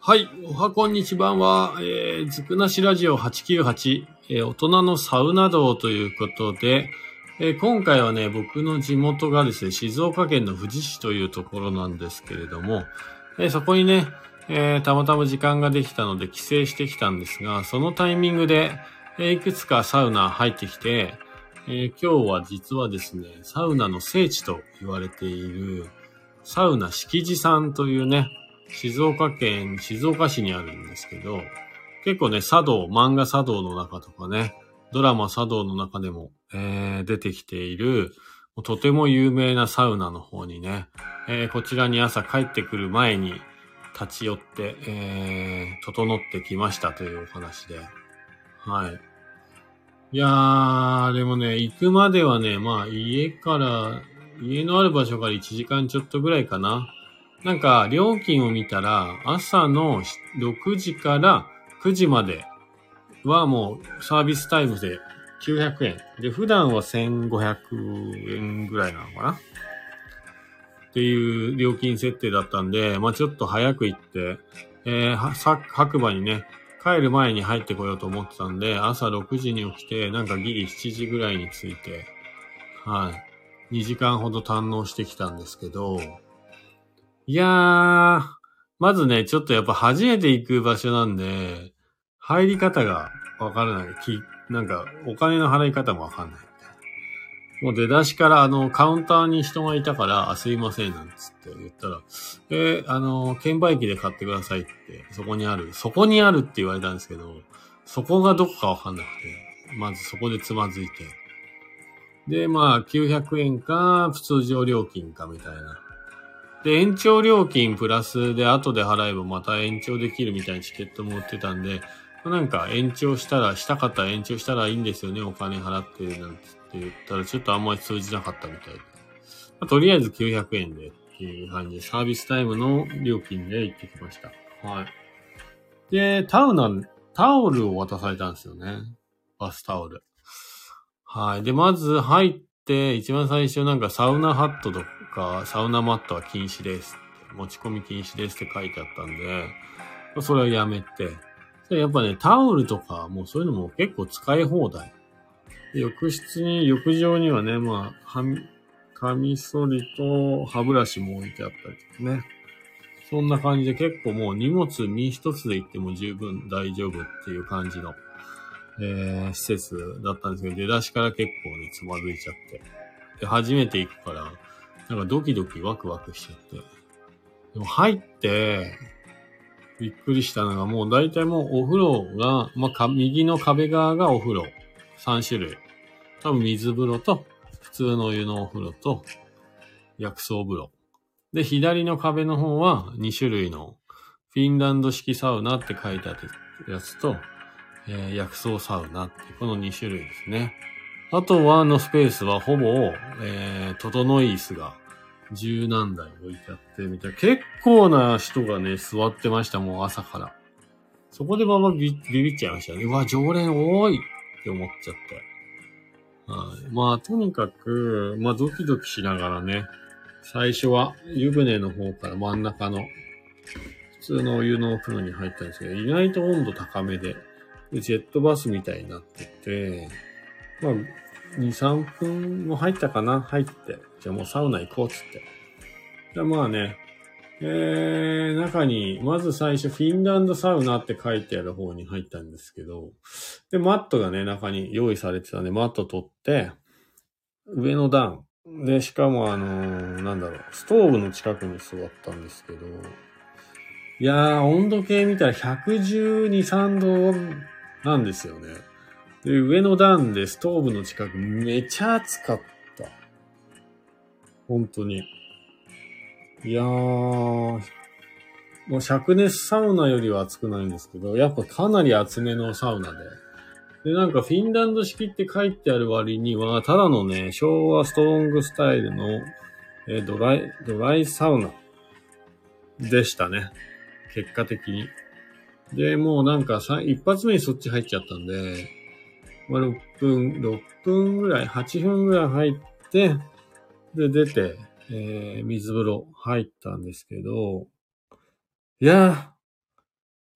はい。おはこんにちばんは、ずくなしラジオ898、大人のサウナ道ということで、今回はね、僕の地元がですね、静岡県の富士市というところなんですけれども、そこにね、たまたま時間ができたので帰省してきたんですが、そのタイミングで、いくつかサウナ入ってきて、今日は実はですね、サウナの聖地と言われている、サウナ敷地さんというね、静岡県静岡市にあるんですけど、結構ね、漫画茶道の中とかね、ドラマ茶道の中でも、出てきている、とても有名なサウナの方にね、こちらに朝帰ってくる前に立ち寄って、整ってきましたというお話で。はい。いやー、でもね、行くまではね、家のある場所から1時間ちょっとぐらいかな。なんか、料金を見たら、朝の6時から9時まではもうサービスタイムで900円。で、普段は1500円ぐらいなのかなっていう料金設定だったんで、ちょっと早く行って、白馬にね、帰る前に入ってこようと思ってたんで、朝6時に起きて、なんかギリ7時ぐらいに着いて、はい。2時間ほど堪能してきたんですけど、いやー、まずね、ちょっとやっぱ初めて行く場所なんで、入り方がわからない。なんか、お金の払い方もわかんない。もう出だしからカウンターに人がいたから、すいません、なんつって言ったら、券売機で買ってくださいって、そこにあるって言われたんですけど、そこがどこかわかんなくて、まずそこでつまずいて。で、900円か、普通常料金かみたいな。で、延長料金プラスで後で払えばまた延長できるみたいなチケットも売ってたんで、なんかしたかったら延長したらいいんですよね、お金払って、なんつって言ったらちょっとあんまり通じなかったみたいで。とりあえず900円でっていう感じで、サービスタイムの料金で行ってきました。はい。で、タオルを渡されたんですよね。バスタオル。はい。で、まず入って、一番最初なんかサウナハットとか、サウナマットは禁止ですって。持ち込み禁止ですって書いてあったんで、それはやめて。やっぱね、タオルとか、もうそういうのも結構使い放題。浴場にはね、カミソリと歯ブラシも置いてあったりとかね。そんな感じで結構もう荷物身一つで行っても十分大丈夫っていう感じの施設だったんですけど、出だしから結構ね、つまずいちゃって。で、初めて行くから、なんかドキドキワクワクしちゃって。でも入って、びっくりしたのがもう大体もうお風呂が、右の壁側がお風呂。3種類。多分水風呂と、普通のお湯のお風呂と、薬草風呂。で、左の壁の方は2種類のフィンランド式サウナって書いてあるやつと、薬草サウナってこの2種類ですね。あとはのスペースはほぼ、整い椅子が十何台置いてあってみたいな。結構な人がね、座ってました、もう朝から。そこでビビっちゃいましたね。うわ、常連多いって思っちゃって。はい。とにかく、ドキドキしながらね、最初は湯船の方から真ん中の普通のお湯のお風呂に入ったんですけど、意外と温度高めで、ジェットバスみたいになってて、2、3分も入ったかな入って。じゃあもうサウナ行こうっつって。中に、まず最初フィンランドサウナって書いてある方に入ったんですけど、で、マットがね、中に用意されてたんで、マット取って、上の段。で、しかもストーブの近くに座ったんですけど、いやー、温度計見たら112、3度なんですよね。で、上の段でストーブの近くめちゃ暑かった。本当に。いやー、もう灼熱サウナよりは暑くないんですけど、やっぱかなり厚めのサウナで。で、なんかフィンランド式って書いてある割には、ただのね、昭和ストロングスタイルの、ドライサウナでしたね。結果的に。で、もうなんか一発目にそっち入っちゃったんで、6分ぐらい、8分ぐらい入って、で、出て、水風呂入ったんですけど、いや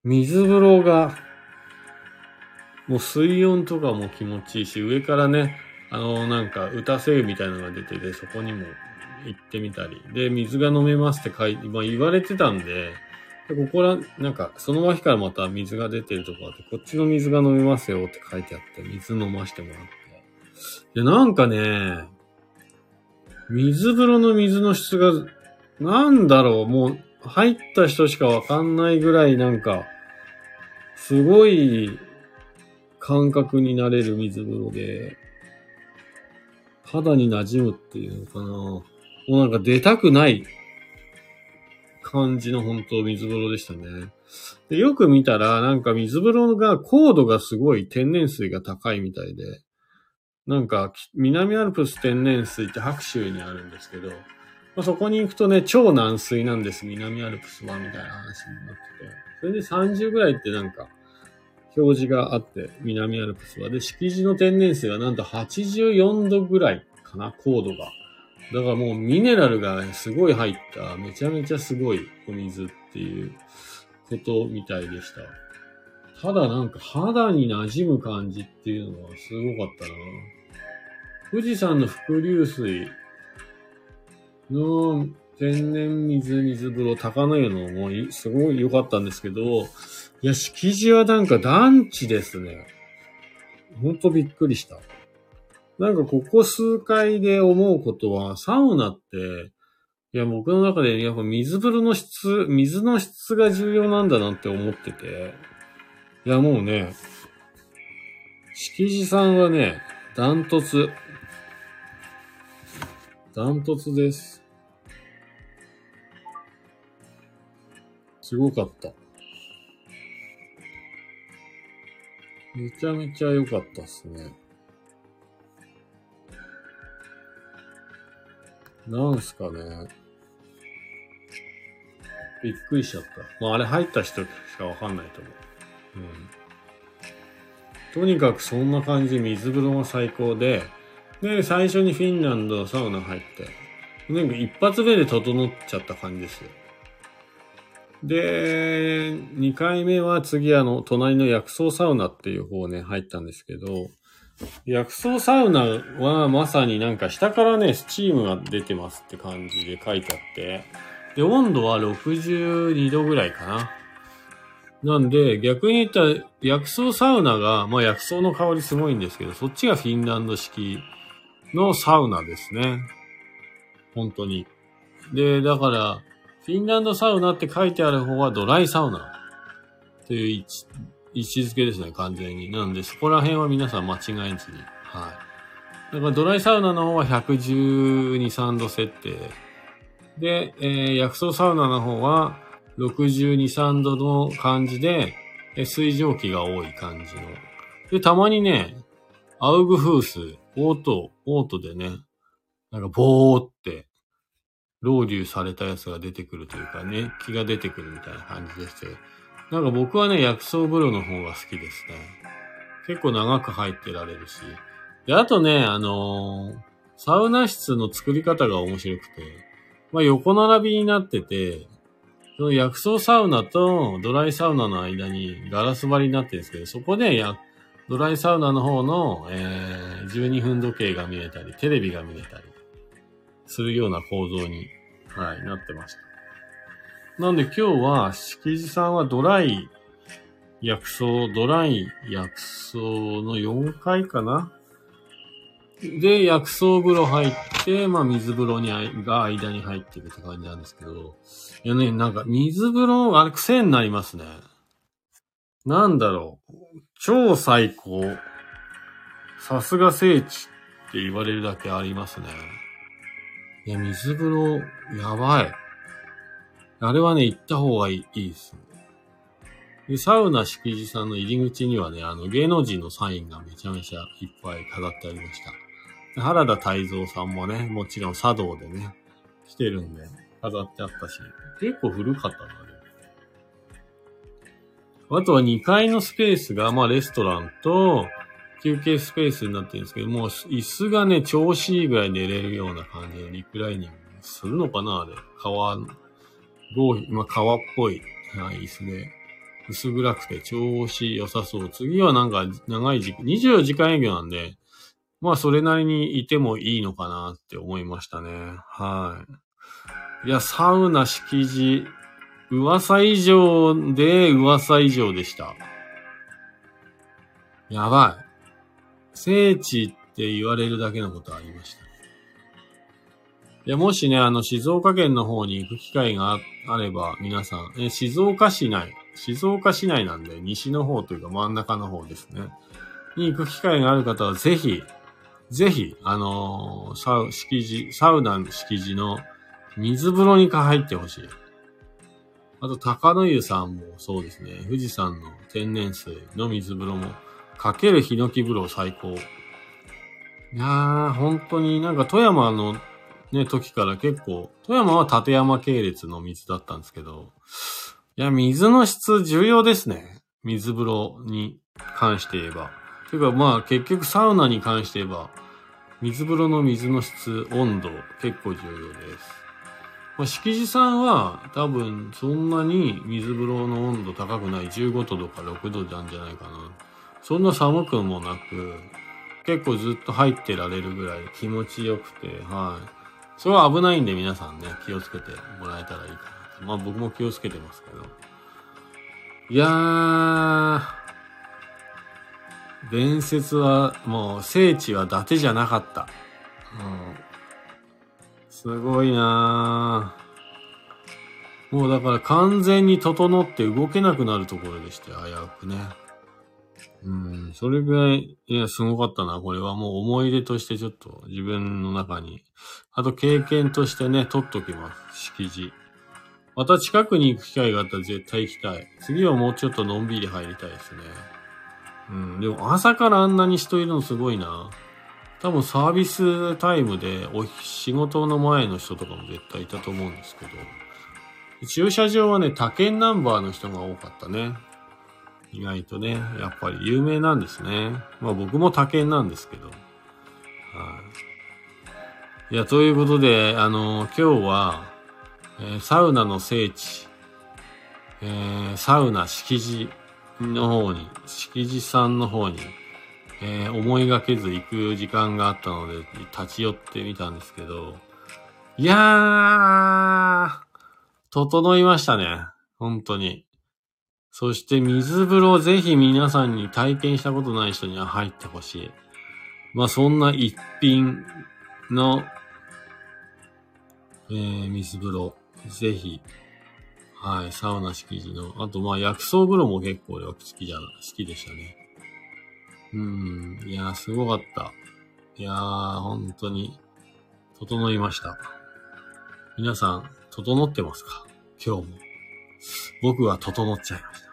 水風呂が、もう水温とかも気持ちいいし、上からね、なんか打たせ湯みたいなのが出てて、そこにも行ってみたり。で、水が飲めますって言われてたんで、ここら、なんか、その脇からまた水が出てるとこあって、こっちの水が飲めますよって書いてあって、水飲ましてもらって。で、なんかね、水風呂の水の質が、なんだろう、もう、入った人しかわかんないぐらいなんか、すごい感覚になれる水風呂で、肌に馴染むっていうのかな。もうなんか出たくない感じの本当水風呂でしたね。で、よく見たら、なんか水風呂が高度がすごい天然水が高いみたいで、なんか南アルプス天然水って白州にあるんですけど、そこに行くとね、超軟水なんです、南アルプスは、みたいな話になってて。それで30ぐらいってなんか、表示があって、南アルプスは。で、敷地の天然水はなんと84度ぐらいかな、高度が。だからもうミネラルがすごい入った、めちゃめちゃすごいお水っていうことみたいでした。ただなんか肌に馴染む感じっていうのはすごかったな。富士山の伏流水の天然水風呂、高野湯のもすごい良かったんですけど、いや、敷地はなんか団地ですね。ほんとびっくりした。なんかここ数回で思うことは、サウナって、いや、僕の中でやっぱ水の質が重要なんだなって思ってて、いや、もうね、敷地さんはね、ダントツです。すごかった。めちゃめちゃ良かったっすね。なんすかね。びっくりしちゃった。まあ、あれ入った人しかわかんないと思う。とにかくそんな感じ、水風呂が最高で、で、最初にフィンランドサウナ入って、なんか一発目で整っちゃった感じですよ。で、2回目は次隣の薬草サウナっていう方ね、入ったんですけど、薬草サウナはまさになんか下からね、スチームが出てますって感じで書いてあって、で、温度は62度ぐらいかな。なんで、逆に言ったら薬草サウナが、まあ薬草の香りすごいんですけど、そっちがフィンランド式のサウナですね。本当に。で、だから、フィンランドサウナって書いてある方はドライサウナという位置づけですね、完全に。なんで、そこら辺は皆さん間違えずに。はい。だからドライサウナの方は112、3度設定。で、薬草サウナの方は62、3度の感じで、水蒸気が多い感じの。で、たまにね、アウグフース、オートでね、なんかボーって、ロウリュされたやつが出てくるというかね、気が出てくるみたいな感じでして。なんか僕はね、薬草風呂の方が好きですね。結構長く入ってられるし。で、あとね、サウナ室の作り方が面白くて、まあ横並びになってて、その薬草サウナとドライサウナの間にガラス張りになってるんですけど、そこでドライサウナの方の、12分時計が見れたり、テレビが見れたりするような構造に、はい、なってました。なんで今日は、敷地さんはドライ薬草の4階かなで、薬草風呂入って、まあ水風呂が間に入ってるって感じなんですけど、いやね、なんか水風呂、あれ癖になりますね。なんだろう。超最高。さすが聖地って言われるだけありますね。いや、水風呂、やばい。あれはね、行った方がいいです。で、サウナ敷地さんの入り口にはね、芸能人のサインがめちゃめちゃいっぱい飾ってありました。で原田泰造さんもね、もちろん茶道でね、来てるんで、飾ってあったし、結構古かったな、ね。あとは2階のスペースが、まあレストランと休憩スペースになってるんですけど、もう椅子がね、調子いいぐらい寝れるような感じでリクライニングするのかなあれ。革っぽい、椅子で。 薄暗くて調子良さそう。次はなんか長い24時間営業なんで、まあそれなりにいてもいいのかなって思いましたね。はい。いや、サウナ敷地、噂以上で噂以上でした。やばい。聖地って言われるだけのことありました。いや、もしね、静岡県の方に行く機会があれば、皆さん、静岡市内なんで、西の方というか真ん中の方ですね。に行く機会がある方は、ぜひ、サウナの敷地の水風呂に入ってほしい。あと、高野湯さんもそうですね。富士山の天然水の水風呂も、かけるヒノキ風呂最高。いやー、本当になんか富山のね、時から結構、富山は立山系列の水だったんですけど、いや、水の質重要ですね。水風呂に関して言えば。というかまあ結局サウナに関して言えば、水風呂の水の質、温度、結構重要です。まあ、敷地さんは多分そんなに水風呂の温度高くない15度とか6度なんじゃないかな。そんな寒くもなく、結構ずっと入ってられるぐらい気持ちよくて、はい。それは危ないんで皆さんね、気をつけてもらえたらいいかな。まあ僕も気をつけてますけど。いやー、伝説は、もう聖地は伊達じゃなかった。すごいなー。もうだから完全に整って動けなくなるところでして、危うくね。それぐらい、いや、すごかったな。これはもう思い出としてちょっと自分の中に。あと経験としてね、取っときます。敷地。また近くに行く機会があったら絶対行きたい。次はもうちょっとのんびり入りたいですね。でも朝からあんなに人いるのすごいな。多分サービスタイムで仕事の前の人とかも絶対いたと思うんですけど。駐車場はね、他県ナンバーの人が多かったね。意外とね、やっぱり有名なんですね。まあ僕も他県なんですけど。いや、ということで、今日は、サウナの聖地、サウナ敷地の方に、敷地さんの方に、思いがけず行く時間があったので、立ち寄ってみたんですけど、いやー、整いましたね。本当に。そして水風呂ぜひ皆さんに体験したことない人には入ってほしい。まあそんな一品の、水風呂、ぜひ、はい、サウナ敷地の、あとまあ薬草風呂も結構俺は好きでしたね。いやーすごかった。いやー本当に、整いました。皆さん、整ってますか？今日も。僕は整っちゃいました。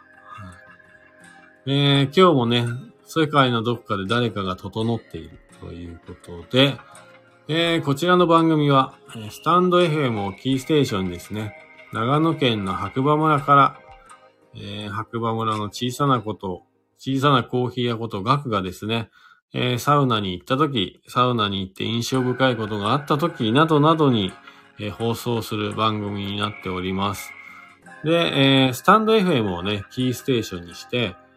今日もね、世界のどこかで誰かが整っているということで、こちらの番組は、スタンド FM をキーステーションにですね、長野県の白馬村から、白馬村の小さなコーヒー屋ことガクがですね、サウナに行った時、サウナに行って印象深いことがあった時などなどに、放送する番組になっております。で、スタンド FM をね、キーステーションにして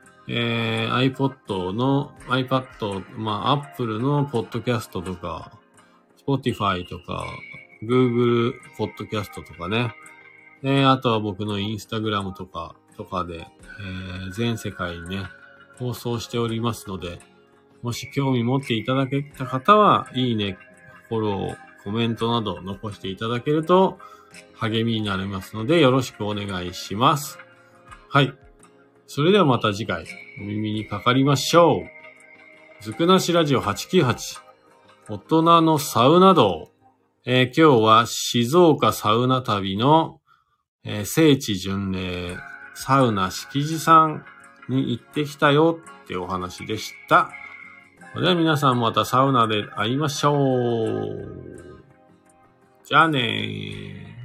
、iPad、Apple のポッドキャストとか、Spotify とか、Google ポッドキャストとかね。あとは僕のインスタグラムとかで、全世界にね、放送しておりますので、もし興味持っていただけた方は、いいね、フォロー、コメントなど残していただけると励みになりますので、よろしくお願いします。はい。それではまた次回、お耳にかかりましょう。ずくなしラジオ898、大人のサウナ道。今日は静岡サウナ旅の、聖地巡礼、サウナ敷地さんに行ってきたよってお話でした。それでは皆さんまたサウナで会いましょう。じゃあねー。